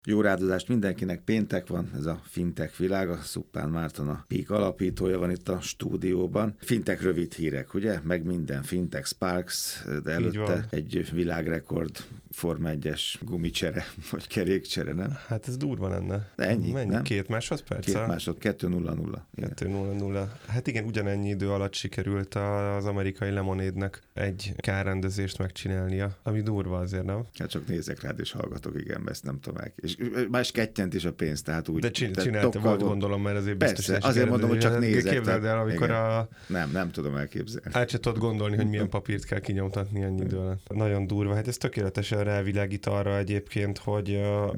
Jó rádozást mindenkinek, péntek van, ez a fintech világa, Szuppán Márton a Peak alapítója van itt a stúdióban. Fintech rövid hírek, ugye? Meg minden, Fintech Sparks, de előtte egy világrekord Forma 1-es gumicsere, vagy kerékcsere, nem? Hát ez durva lenne. De ennyi, mennyi? nem? 2 másodperc? 2 másodperc, 2:00. 2:00. Hát igen, ugyanennyi idő alatt sikerült az amerikai Lemonade-nek egy kárrendezést megcsinálnia, ami durva azért, nem? Hát csak nézek rád és hallgatok, igen, ezt nem tudom el. És más kettyent is a pénz, tehát úgy. De csinálta volt, gondolom, mert azért biztos. Persze, azért mondom, hogy csak nézek. Képzeld el, amikor Nem tudom elképzelni. Át se tudod gondolni, hogy milyen papírt kell kinyomtatni ennyi idő alatt. Nagyon durva. Hát ez tökéletesen rávilágít arra egyébként, hogy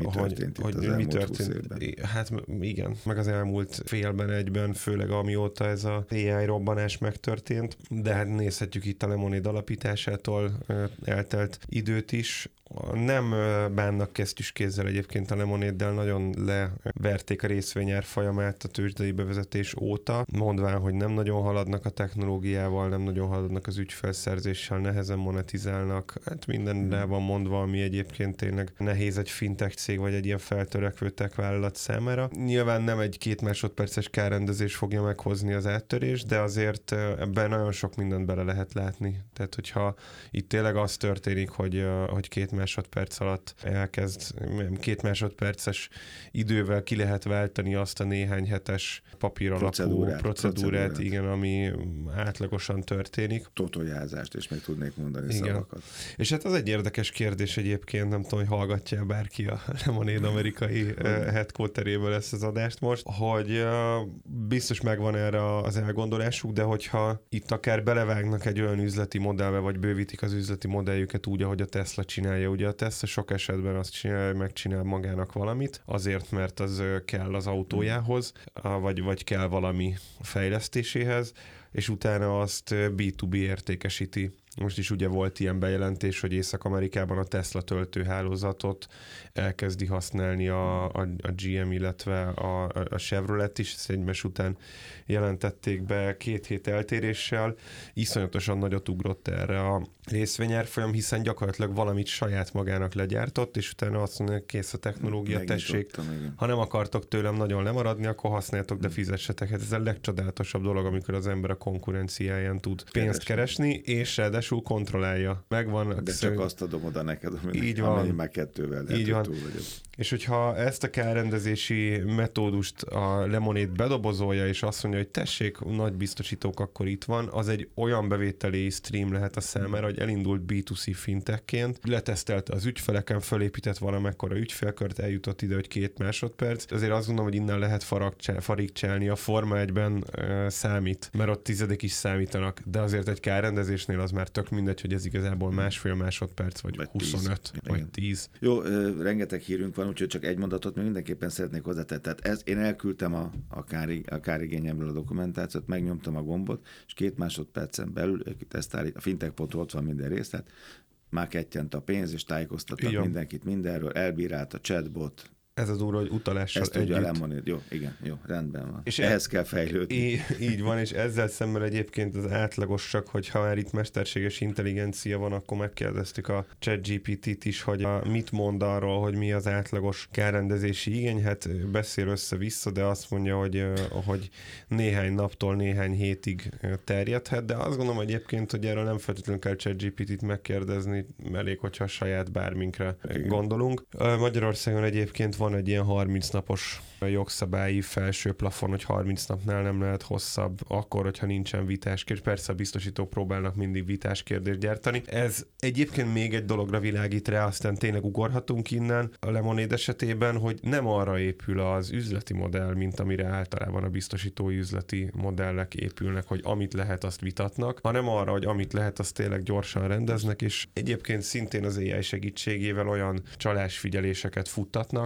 mi történt. Hát igen, meg az elmúlt félben egyben, főleg amióta ez a AI robbanás megtörtént, de hát nézhetjük itt a Lemonade alapításától eltelt időt is. Nem bánnak kesztyűskézzel egyébként a Lemonade-del, nagyon leverték a részvényárfolyamát a tőzsdei bevezetés óta, mondván, hogy nem nagyon haladnak a technológiával, nem nagyon haladnak az ügyfelszerzéssel, nehezen monetizálnak, hát minden van mondva, ami egyébként tényleg nehéz egy fintech cég, vagy egy ilyen feltörekvő tech vállalat számára. Nyilván nem egy 2 másodperces kárrendezés fogja meghozni az áttörést, de azért ebben nagyon sok mindent bele lehet látni. Tehát, hogyha itt tényleg az történik, hogy 2 másodperc alatt elkezd 2 másodperces idővel ki lehet váltani azt a néhány hetes papír alapú procedúrát, igen, ami átlagosan történik. Totojázást, és még tudnék mondani szavakat. És hát az egy érdekes kérdés egyébként, nem tudom, hogy hallgatja bárki a Lemonade amerikai headquarteréből ezt az adást most, hogy biztos megvan erre az elgondolásuk, de hogyha itt akár belevágnak egy olyan üzleti modellbe, vagy bővítik az üzleti modelljüket úgy, ahogy a Tesla csinálja. Ugye a Tesla sok esetben azt csinálja, hogy megcsinál magának valamit, azért, mert az kell az autójához, vagy kell valami fejlesztéséhez, és utána azt B2B értékesíti. Most is ugye volt ilyen bejelentés, hogy Észak-Amerikában a Tesla töltőhálózatot elkezdi használni a GM, illetve a Chevrolet is, ezt egymás után jelentették be 2 hét eltéréssel. Iszonyatosan nagyot ugrott erre a részvényárfolyam, hiszen gyakorlatilag valamit saját magának legyártott, és utána azt mondja, hogy kész a technológia, tessék. Ha nem akartok tőlem nagyon lemaradni, akkor használjátok, de fizessetek. Hát ez a legcsodálatosabb dolog, amikor az ember a konkurenciáján tud pénzt keresni, és ráadásul kontrollálja. Megvan. De csak azt adom oda neked, amennyi már 2-vel így van. Túl vagyok. És hogyha ezt a kárrendezési metódust a Lemonade bedobozolja, és azt mondja, hogy tessék, nagy biztosítók, akkor itt van, az egy olyan bevételi stream lehet a számára, hogy elindult B2C fintechként, letesztelte az ügyfeleken, fölépített valamekkora ügyfélkört, eljutott ide, hogy 2 másodperc. Azért azt gondolom, hogy innen lehet farigcsálni. A Forma 1-ben számít, mert ott tizedek is számítanak, de azért egy kárrendezésnél az már tök mindegy, hogy ez igazából 1,5 másodperc, vagy 25, vagy 10. Jó, rengeteg hírünk van, úgyhogy csak egy mondatot még mindenképpen szeretnék hozzátenni. Tehát én elküldtem a kárigényemről a dokumentációt, megnyomtam a gombot, és 2 másodpercen belül a fintech.hu ott van minden részlet, már kettyent a pénz, és tájékoztattak mindenkit mindenről, elbírált a chatbot. Ez az úr, hogy utalással ezt együtt. Ezt tudja jó, igen, jó, rendben van. És ehhez kell fejlődni. Így van, és ezzel szemben egyébként az átlagos csak, hogyha már itt mesterséges intelligencia van, akkor megkérdeztük a ChatGPT-t is, hogy mit mond arról, hogy mi az átlagos kárrendezési igény. Hát beszél össze-vissza, de azt mondja, hogy néhány naptól néhány hétig terjedhet, de azt gondolom egyébként, hogy erről nem feltétlenül kell ChatGPT-t megkérdezni, elég, hogyha saját bárminkre gondolunk. Magyarországon egyébként van egy ilyen 30 napos jogszabályi felső plafon, hogy 30 napnál nem lehet hosszabb, akkor, hogyha nincsen vitáskérdés. Persze a biztosítók próbálnak mindig vitáskérdést gyártani. Ez egyébként még egy dologra világít rá, aztán tényleg ugorhatunk innen a Lemonade esetében, hogy nem arra épül az üzleti modell, mint amire általában a biztosítói üzleti modellek épülnek, hogy amit lehet, azt vitatnak, hanem arra, hogy amit lehet, azt tényleg gyorsan rendeznek, és egyébként szintén az AI segítségével olyan csalásfigyeléseket futtatnak,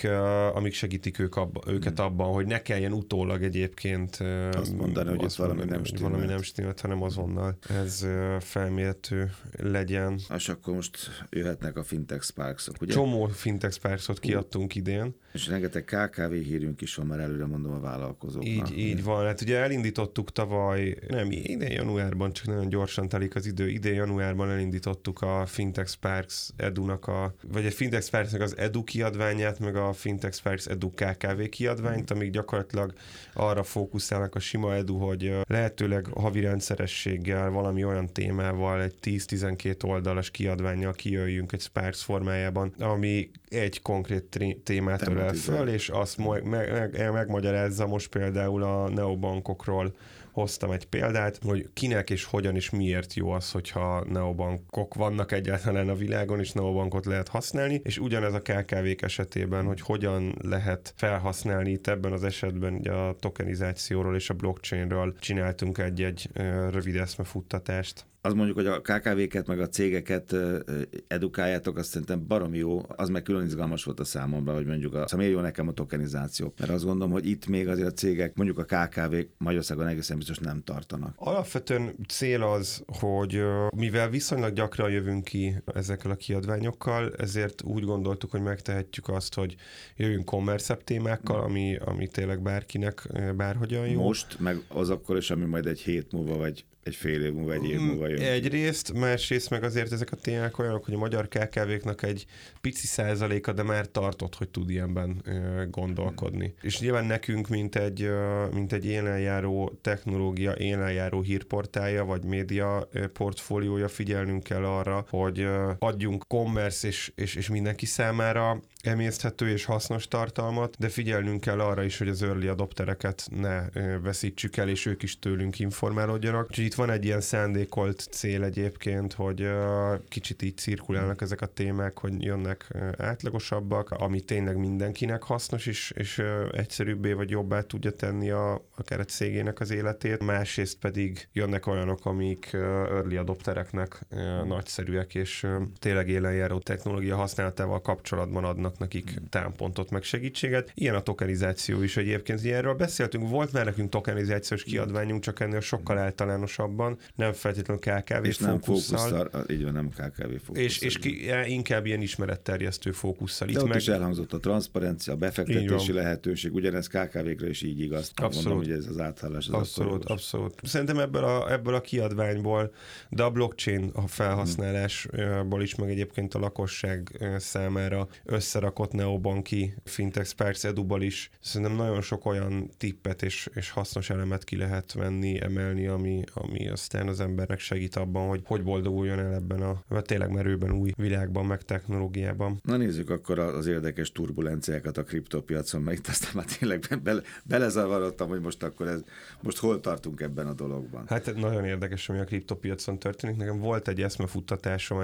amik segítik őket abban, hogy ne kelljen utólag egyébként azt mondani, hogy ez valami nem stimmelt, hanem azonnal ez felmérhető legyen. És akkor most jöhetnek a Fintech Sparks-ok, ugye? Csomó Fintech Sparks-ot kiadtunk idén. És rengeteg KKV hírünk is van, már előre mondom a vállalkozóknak. Így van. Hát ugye elindítottuk tavaly, nem idén januárban, csak nagyon gyorsan telik az idő. Idén januárban elindítottuk a Fintech Sparks Edu-nak vagy a Fintech Sparks-nak az Edu kiadványát, meg meg a Fintech Sparks Edu KKV kiadványt, amik gyakorlatilag arra fókuszálnak a sima Edu, hogy lehetőleg havi rendszerességgel, valami olyan témával, egy 10-12 oldalas kiadvánnyal kijöjjünk egy Sparks formájában, ami egy konkrét témát ölel föl, és azt megmagyarázza. Most például a neobankokról hoztam egy példát, hogy kinek és hogyan és miért jó az, hogyha neobankok vannak egyáltalán a világon, és neobankot lehet használni, és ugyanez a KKV-k esetében, hogy hogyan lehet felhasználni itt ebben az esetben ugye a tokenizációról és a blockchainről csináltunk egy rövid eszmefuttatást. Az mondjuk, hogy a KKV-ket meg a cégeket edukáljátok, azt szerintem baromi jó, az meg külön izgalmas volt a számomra, hogy mondjuk miért jó nekem a tokenizáció. Mert azt gondolom, hogy itt még azért a cégek, mondjuk a KKV-k Magyarországon egészen biztos nem tartanak. Alapvetően cél az, hogy mivel viszonylag gyakran jövünk ki ezekkel a kiadványokkal, ezért úgy gondoltuk, hogy megtehetjük azt, hogy jöjjünk kommerszebb témákkal, ami tényleg bárkinek bárhogyan jó. Most, meg az akkor is, ami majd egy hét múlva, vagy egy fél év múlva, egy év múlva jön. Egyrészt, másrészt meg azért ezek a témák olyanok, hogy a magyar KKV-knak egy pici százaléka, de már tartott, hogy tud ilyenben gondolkodni. És nyilván nekünk, mint egy élenjáró technológia, élenjáró hírportálja, vagy média portfóliója, figyelnünk kell arra, hogy adjunk commerce és mindenki számára emészthető és hasznos tartalmat, de figyelnünk kell arra is, hogy az early adoptereket ne veszítsük el, és ők is tőlünk informálódjanak. Úgyhogy itt van egy ilyen szándékolt cél egyébként, hogy kicsit így cirkulálnak ezek a témák, hogy jönnek átlagosabbak, ami tényleg mindenkinek hasznos és egyszerűbbé vagy jobbá tudja tenni akár a cégének az életét. Másrészt pedig jönnek olyanok, amik early adoptereknek nagyszerűek, és tényleg élenjáró technológia használatával kapcsolatban adnak nekik támpontot, meg segítséget. Ilyen a tokenizáció is egyébként. Ugye erről beszéltünk, volt már nekünk tokenizációs kiadványunk, csak ennél sokkal általánosabban, nem feltétlenül KKV és fókusszal. Nem így van, nem KKV fókusszal. És inkább ilyen ismeretterjesztő fókusszal. De ott is elhangzott a transzparencia, a befektetési lehetőség, ugyanez KKV-kre is így igaz. Abszolút. Mondom, hogy ez az átállás. Abszolút. Szerintem ebből a kiadványból, de a blockchain a felhasználásból is, meg egyébként a lakosság számára összerakott neobanki Fintech Sparks Eduból is. Szerintem nagyon sok olyan tippet és hasznos elemet ki lehet venni, emelni, ami aztán az embernek segít abban, hogy boldoguljon el ebben a tényleg merőben új világban, meg technológiában. Na nézzük akkor az érdekes turbulenciákat a kriptopiacon, mert itt aztán már tényleg belezavarodtam, hogy most hol tartunk ebben a dologban. Hát nagyon érdekes, ami a kriptopiacon történik. Nekem volt egy eszmefuttatásom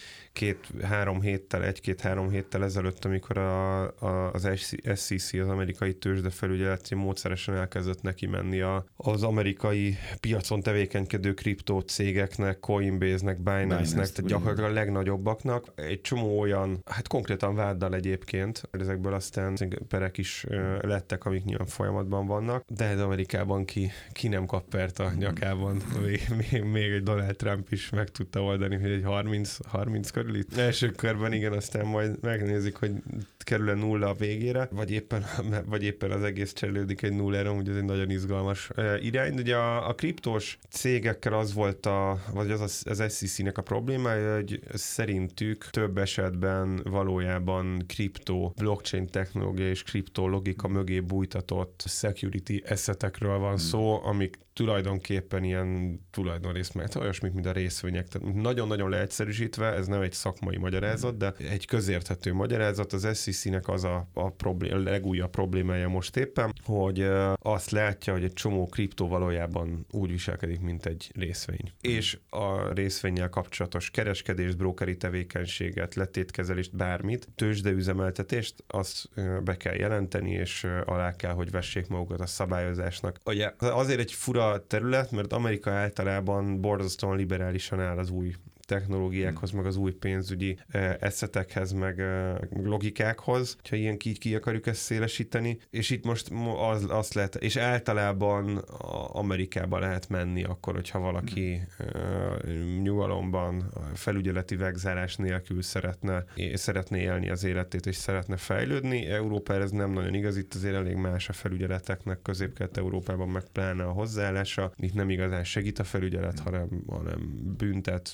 egy-két-három héttel ezelőtt, amikor az SEC, az amerikai tőzsdefelügyeleti módszeresen elkezdett neki menni az amerikai piacon tevékenykedő kriptó cégeknek, Coinbase-nek, Binance-nek, tehát gyakorlatilag a legnagyobbak. Egy csomó olyan, hát konkrétan váddal egyébként, ezekből aztán perek is lettek, amik nyilván folyamatban vannak, de ez Amerikában ki nem kap pert a nyakában. Még egy Donald Trump is meg tudta oldani, hogy egy 30 körül itt. Első körben igen, aztán majd megnézik, hogy kerül-e nulla a végére, vagy éppen az egész cserélődik egy nullára, ugye ez egy nagyon izgalmas irány. Ugye a kriptós cégekkel az volt vagy az SEC-nek a problémája, hogy szerintük több esetben valójában kriptó, blockchain technológia és kriptó logika mögé bújtatott security assetekről van szó, amik tulajdonképpen ilyen tulajdonrészt, mert olyasmik, mint a részvények. Tehát nagyon-nagyon leegyszerűsítve, ez nem egy szakmai magyarázat, de egy közérthető magyarázat. Az SEC-nek az a legújabb problémája most éppen, hogy azt látja, hogy egy csomó kriptó valójában úgy viselkedik, mint egy részvény. És a részvénnyel kapcsolatos kereskedést, brókeri tevékenységet, letétkezelést, bármit, tőzsdeüzemeltetést, azt be kell jelenteni, és alá kell, hogy vessék magukat a szabályozásnak. Ugye azért egy fura terület, mert Amerika általában borzasztóan liberálisan áll az új technológiákhoz, meg az új pénzügyi eszetekhez, meg logikákhoz, ha ilyen ki akarjuk ezt szélesíteni, és itt most azt lehet, és általában Amerikába lehet menni akkor, hogyha valaki nyugalomban, felügyeleti vegzálás nélkül szeretne élni az életét, és szeretne fejlődni. Európára ez nem nagyon igaz, itt azért elég más a felügyeleteknek, Közép-Kelet-Európában meg pláne a hozzáállása. Itt nem igazán segít a felügyelet, hanem büntet, megszáll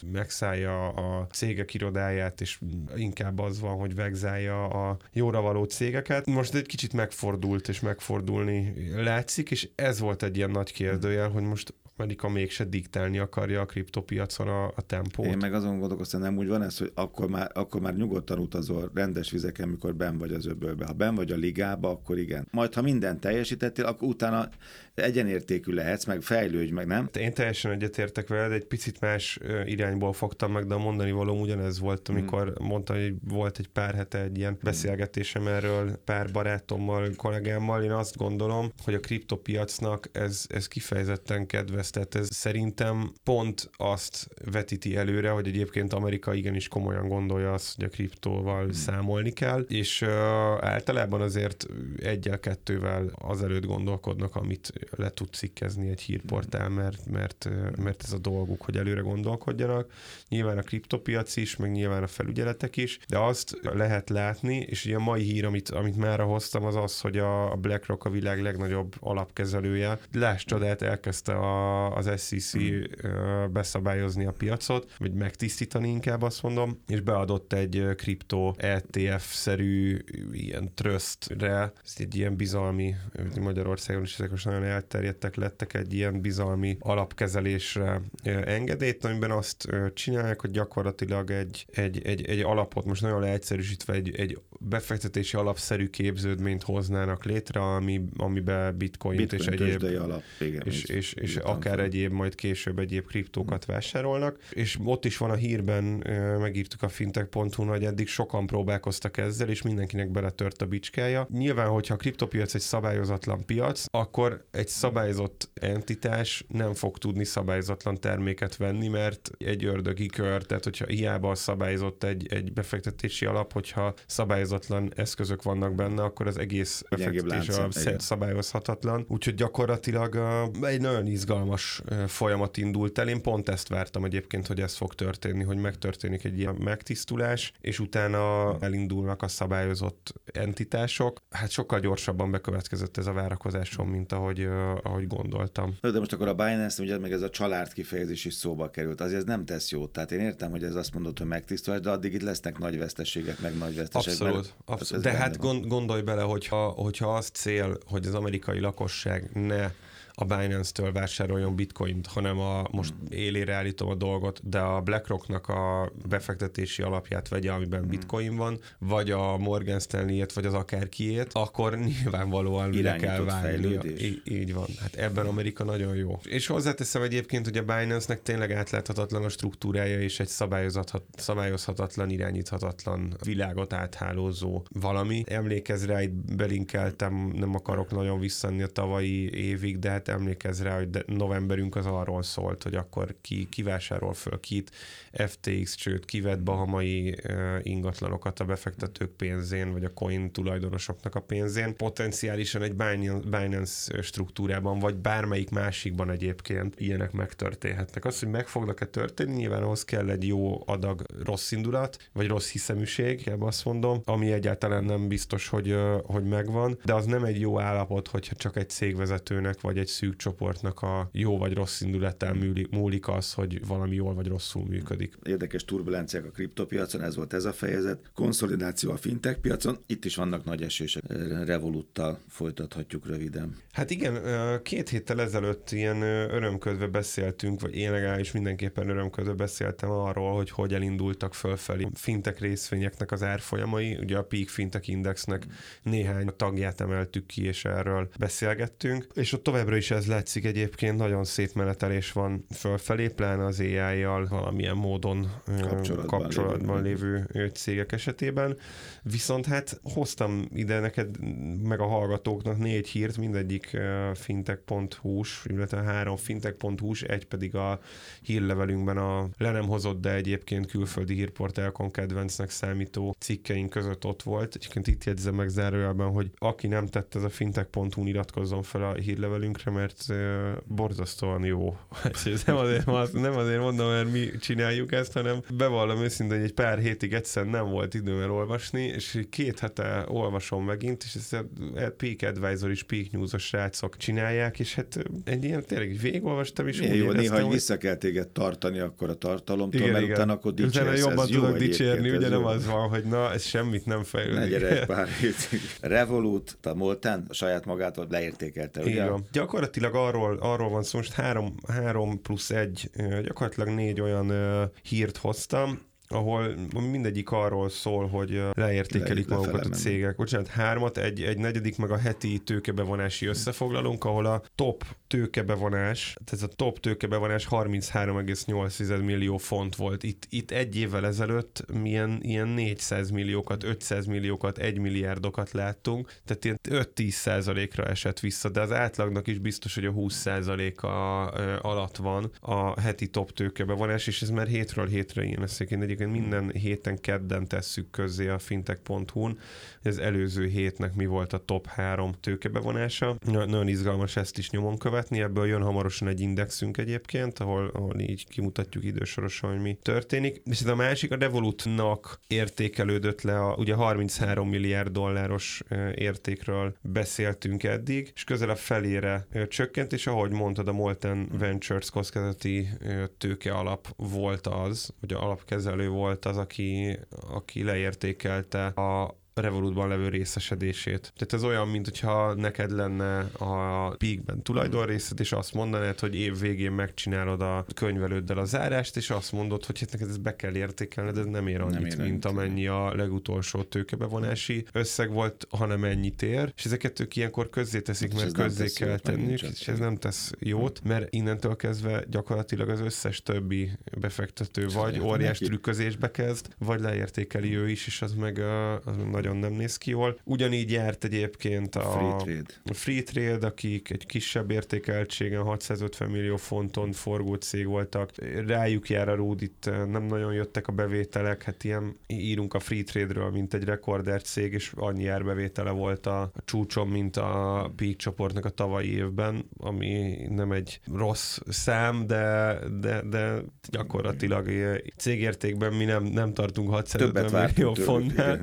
vegzálja a cégek irodáját, és inkább az van, hogy vegzálja a jóra való cégeket. Most egy kicsit megfordult, és megfordulni látszik, és ez volt egy ilyen nagy kérdőjel, hogy most Amerika mégse diktálni akarja a kriptopiacon a tempót. Én meg azon gondolkoztam, nem úgy van ez, hogy akkor már nyugodtan utazol rendes vizeken, mikor benn vagy az öbölbe. Ha benn vagy a ligába, akkor igen. Majd, ha mindent teljesítettél, akkor utána egyenértékű lehetsz, meg fejlődj, meg nem? Én teljesen egyetértek veled, egy picit más irányból fogtam meg, de a mondani valóm ugyanez volt, amikor mondtam, hogy volt egy pár hete egy ilyen beszélgetésem erről pár barátommal, kollégámmal. Én azt gondolom, hogy a kriptopiacnak ez kifejezetten kedvez. Tehát ez szerintem pont azt vetíti előre, hogy egyébként Amerika igenis komolyan gondolja azt, hogy a kriptóval számolni kell, és általában azért 1-2-vel azelőtt gondolkodnak, amit le tud cikkezni egy hírportál, mert ez a dolguk, hogy előre gondolkodjanak. Nyilván a kriptopiac is, meg nyilván a felügyeletek is, de azt lehet látni, és ugye a mai hír, amit mára hoztam, az, hogy a BlackRock a világ legnagyobb alapkezelője. Láss csodát, elkezdte az SEC beszabályozni a piacot, vagy megtisztítani inkább azt mondom, és beadott egy kripto ETF-szerű ilyen trustre, ez egy ilyen bizalmi, Magyarországon is ezek most nagyon elterjedtek lettek, egy ilyen bizalmi alapkezelésre engedélyt, amiben azt csinálják, hogy gyakorlatilag egy alapot, most nagyon leegyszerűsítve egy befektetési alapszerű képződményt hoznának létre, amiben bitcoint és egyéb alap, igen, és akár egyéb, majd később egyéb kriptókat vásárolnak, és ott is van a hírben, megírtuk a fintech.hu-n, hogy eddig sokan próbálkoztak ezzel, és mindenkinek beletört a bicskája. Nyilván, hogyha a kriptopiac egy szabályozatlan piac, akkor egy szabályozott entitás nem fog tudni szabályozatlan terméket venni, mert egy ördögi kör, tehát hogyha hiába szabályozott egy befektetési alap, hogyha szabályozatlan eszközök vannak benne, akkor az egész befektetési alap szabályozhatatlan. Úgyhogy gyakorlatilag egy nagyon izgalmas folyamat indult el. Én pont ezt vártam egyébként, hogy ez fog történni, hogy megtörténik egy ilyen megtisztulás, és utána elindulnak a szabályozott entitások. Hát sokkal gyorsabban bekövetkezett ez a várakozásom, mint ahogy gondoltam. De most akkor a Binance, ugye meg ez a család kifejezés is szóba került, azért ez nem tesz jót. Tehát én értem, hogy ez azt mondod, hogy megtisztulás, de addig itt lesznek nagy veszteségek, meg nagy veszteségek. Abszolút. De hát gondolj bele, hogyha az cél, hogy az amerikai lakosság ne a Binance-től vásároljon bitcoint, hanem most élére állítom a dolgot, de a BlackRocknak a befektetési alapját vegye, amiben bitcoin van, vagy a Morgan Stanley-ét, vagy az akárkiét, akkor nyilvánvalóan le kell válni. Így van. Hát ebben Amerika nagyon jó. És hozzáteszem egyébként, hogy a Binance-nek tényleg átláthatatlan a struktúrája, és egy szabályozhatatlan, irányíthatatlan, világot áthálózó valami. Emlékezz rá, itt belinkeltem, nem akarok nagyon visszanni a tavalyi évig, de hát emlékezz rá, hogy novemberünk az arról szólt, hogy akkor ki vásárol föl kit, FTX, sőt, kivett bahamai ingatlanokat a befektetők pénzén, vagy a coin tulajdonosoknak a pénzén. Potenciálisan egy Binance struktúrában, vagy bármelyik másikban egyébként ilyenek megtörténhetnek. Az, hogy meg fognak-e történni, nyilván ahhoz kell egy jó adag rossz indulat, vagy rossz hiszeműség, azt mondom, ami egyáltalán nem biztos, hogy megvan, de az nem egy jó állapot, hogyha csak egy cégvezetőnek, vagy egy szűk csoportnak a jó vagy rossz indulatán múlik az, hogy valami jól vagy rosszul működik. Érdekes turbulenciák a kriptopiacon, ez volt ez a fejezet. Konszolidáció a fintech piacon, itt is vannak nagy esések. Revoluttal folytathatjuk röviden. Hát igen, 2 héttel ezelőtt ilyen örömködve beszéltünk, vagy én legalábbis mindenképpen örömködve beszéltem arról, hogy elindultak fölfelé fintech részvényeknek az árfolyamai. Ugye a Peak Fintech Indexnek néhány tagját emeltük ki, és erről beszélgettünk. És ott továbbra is ez látszik egyébként, nagyon szép menetelés van fölfelé, pláne az AI-jal valamilyen módon kapcsolatban lévő cégek esetében. Viszont hát hoztam ide neked, meg a hallgatóknak 4 hírt, mindegyik fintech.hu-s, illetve 3 fintech.hu-s, egy pedig a hírlevelünkben a le nem hozott, de egyébként külföldi hírportálokon kedvencnek számító cikkeink között ott volt. Egyébként itt jegyzem meg zárójelben, hogy aki nem tett, ez a fintech.hu-n iratkozzon fel a hírlevelünkre, mert borzasztóan jó. Nem azért mondom, mert mi csináljuk ezt, hanem bevallom őszintén, hogy egy pár hétig egyszer nem volt időm elolvasni, és 2 hete olvasom megint, és ezt a Peak Advisor és Peak News-os srácok csinálják, és hát egy ilyen tényleg végigolvastam, és jó, néha hogy vissza kell téged tartani akkor a tartalomtól, mert utána akkor dicsérsz. Utána jobban tudok dicsérni, ugye nem az van, hogy na, ez semmit nem fejlődik. Ne gyere egy pár hétig. Revolut, a Molten, a saját magától leértékelte, ugye? Igen. Gyakorlatilag arról van szó, most 3+1, gyakorlatilag 4 olyan hírt hoztam, ahol mindegyik arról szól, hogy leértékelik magukat a cégek. Bocsánat, 3, egy negyedik meg a heti tőkebevonási összefoglalónk, ahol a top tőkebevonás, tehát a top tőkebevonás 33,8 millió font volt. Itt egy évvel ezelőtt ilyen 400 milliókat, 500 milliókat, 1 milliárdokat láttunk, tehát ilyen 5-10%-ra esett vissza, de az átlagnak is biztos, hogy a 20%-a alatt van a heti top tőkebevonás, és ez már hétről hétre ilyen lesz. Egyébként minden héten kedden tesszük közzé a fintech.hu-n, hogy az előző hétnek mi volt a top 3 tőkebevonása. Nagyon izgalmas ezt is nyomon követni, ebből jön hamarosan egy indexünk egyébként, ahol így kimutatjuk idősorosan, hogy mi történik. És ez a másik, a Revolutnak értékelődött le, ugye 33 milliárd dolláros értékről beszéltünk eddig, és közelebb felére csökkent, és ahogy mondtad, a Molten Ventures kockázati tőke alap volt az, hogy a alapkezelő volt az, aki leértékelte a Revolutban levő részesedését. Tehát ez olyan, mint hogyha neked lenne a Peakben tulajdonrészed, és azt mondanád, hogy év végén megcsinálod a könyvelőddel a zárást, és azt mondod, hogy hát neked ezt be kell értékelned, ez nem ér annyit, mint amennyi a legutolsó tőkebevonási összeg volt, hanem ennyit ér. És ezeket ők ilyenkor közzéteszik, mert közzé kell tenniük, és ez nem tesz jót, mert innentől kezdve gyakorlatilag az összes többi befektető vagy óriás trükközésbe kezd, vagy leértékeli ő is, és az meg nagyon nem néz ki jól. Ugyanígy járt egyébként a Free Trade, akik egy kisebb értékeltségen 650 millió fonton forgó cég voltak. Rájuk jár a rúd, itt nem nagyon jöttek a bevételek, hát ilyen írunk a Free Trade-ről, mint egy rekorder cég, és annyi árbevétele volt a csúcson, mint a Peak csoportnak a tavalyi évben, ami nem egy rossz szám, de gyakorlatilag cégértékben mi nem tartunk 650 millió fontnál.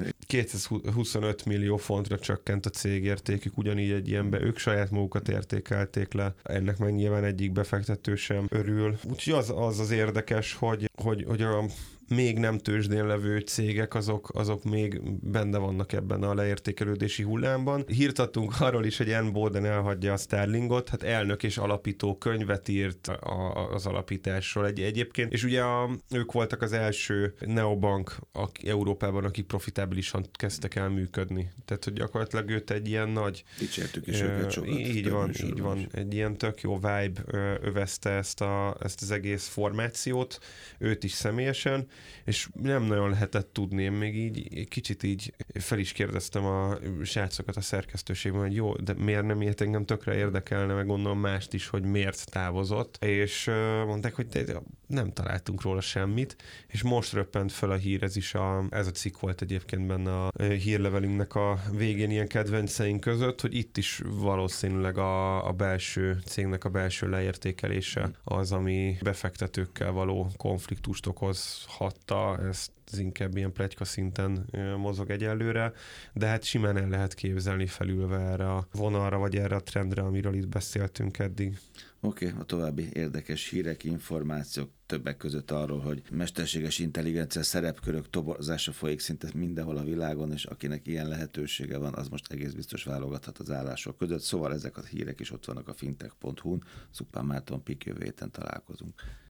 225 millió fontra csökkent a cégértékük, ugyanígy egy ilyenbe ők saját magukat értékelték le. Ennek meg nyilván egyik befektető sem örül. Úgyhogy az érdekes, hogy a még nem tőzsdén levő cégek, azok még benne vannak ebben a leértékelődési hullámban. Hírt adtunk arról is, hogy Ann Boden elhagyja a Starlingot, hát elnök és alapító könyvet írt az alapításról egyébként, és ugye ők voltak az első neobank Európában, akik profitábilisan kezdtek el működni. Tehát, hogy gyakorlatilag őt egy ilyen nagy... Dicsértük is őket sokat. Így van. Egy ilyen tök jó vibe övezte ezt az egész formációt, őt is személyesen, és nem nagyon lehetett tudni, én még így kicsit így fel is kérdeztem a srácokat a szerkesztőségben, hogy jó, de miért nem ilyet, engem tökre érdekelne, meg gondolom mást is, hogy miért távozott, és mondták, hogy nem találtunk róla semmit, és most röppent fel a hír, ez a cikk volt egyébként benne a hírlevelünknek a végén ilyen kedvenceink között, hogy itt is valószínűleg a belső cégnek a belső leértékelése az, ami befektetőkkel való konfliktust okozhatta, ez inkább ilyen pletyka szinten mozog egyelőre, de hát simán el lehet képzelni felülve erre a vonalra, vagy erre a trendre, amiről itt beszéltünk eddig. Oké, a további érdekes hírek, információk többek között arról, hogy mesterséges intelligencia szerepkörök toborzása folyik szinte mindenhol a világon, és akinek ilyen lehetősége van, az most egész biztos válogathat az állások között. Szóval ezek a hírek is ott vannak a fintech.hu-n. Szupán Márton Pik, jövő héten találkozunk.